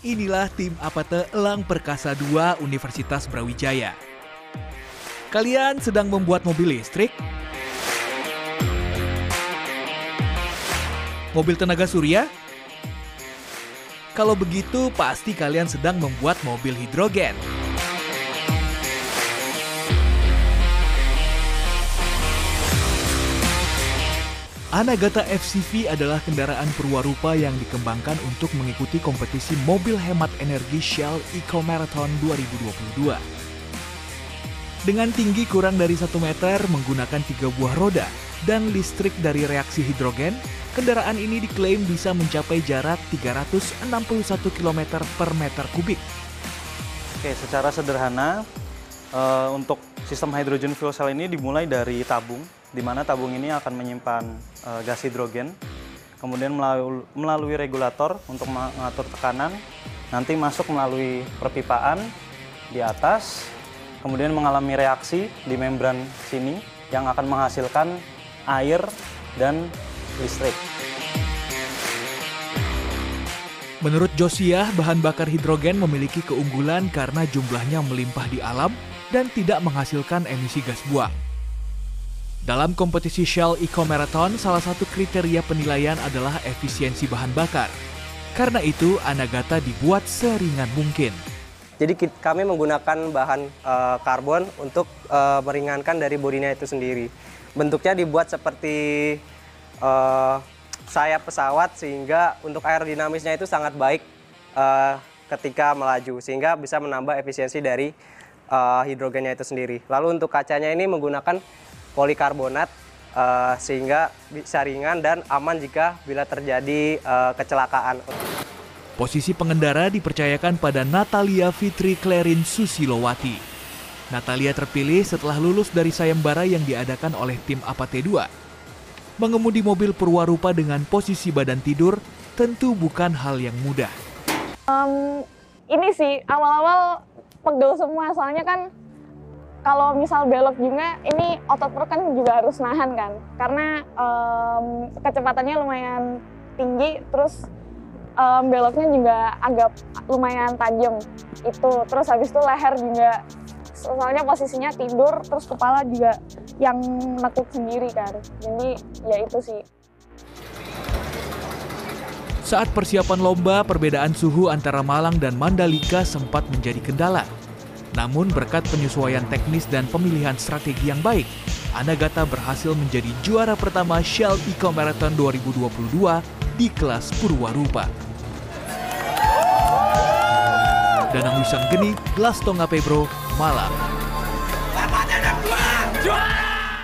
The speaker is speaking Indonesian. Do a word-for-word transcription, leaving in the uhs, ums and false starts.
Inilah tim Apate Elang Perkasa dua Universitas Brawijaya. Kalian sedang membuat mobil listrik? Mobil tenaga surya? Kalau begitu, pasti kalian sedang membuat mobil hidrogen. Anagata F C V adalah kendaraan perwarupa yang dikembangkan untuk mengikuti kompetisi mobil hemat energi Shell Eco Marathon dua ribu dua puluh dua. Dengan tinggi kurang dari satu meter, menggunakan tiga buah roda, dan listrik dari reaksi hidrogen, kendaraan ini diklaim bisa mencapai jarak tiga ratus enam puluh satu kilometer per meter kubik. Oke, secara sederhana, uh, untuk sistem hydrogen fuel cell ini dimulai dari tabung, di mana tabung ini akan menyimpan uh, gas hidrogen, kemudian melalui, melalui regulator untuk mengatur tekanan, nanti masuk melalui perpipaan di atas, kemudian mengalami reaksi di membran sini yang akan menghasilkan air dan listrik. Menurut Josiah, bahan bakar hidrogen memiliki keunggulan karena jumlahnya melimpah di alam dan tidak menghasilkan emisi gas buang. Dalam kompetisi Shell Eco Marathon, salah satu kriteria penilaian adalah efisiensi bahan bakar. Karena itu, Anagata dibuat seringan mungkin. Jadi kami menggunakan bahan uh, karbon untuk uh, meringankan dari bodinya itu sendiri. Bentuknya dibuat seperti uh, sayap pesawat, sehingga untuk aerodinamisnya itu sangat baik uh, ketika melaju, sehingga bisa menambah efisiensi dari uh, hidrogennya itu sendiri. Lalu untuk kacanya ini menggunakan polikarbonat uh, sehingga bisa ringan dan aman jika bila terjadi uh, kecelakaan. Posisi pengendara dipercayakan pada Natalia Fitri Klerin Susilowati. Natalia terpilih setelah lulus dari sayembara yang diadakan oleh tim Apate dua. Mengemudi mobil perwarupa dengan posisi badan tidur tentu bukan hal yang mudah. Um, ini sih awal-awal pegel semua, soalnya kan kalau misal belok juga, ini otot perut kan juga harus nahan kan, karena um, kecepatannya lumayan tinggi, terus um, beloknya juga agak lumayan tajam. Itu terus habis itu leher juga, soalnya posisinya tidur, terus kepala juga yang nekuk sendiri kan. Jadi ya itu sih. Saat persiapan lomba, perbedaan suhu antara Malang dan Mandalika sempat menjadi kendala. Namun berkat penyesuaian teknis dan pemilihan strategi yang baik, Anagata berhasil menjadi juara pertama Shell Eco Marathon dua ribu dua puluh dua di kelas Purwarupa. Danang Wisanggeni, Glastonga Pebro, Malang.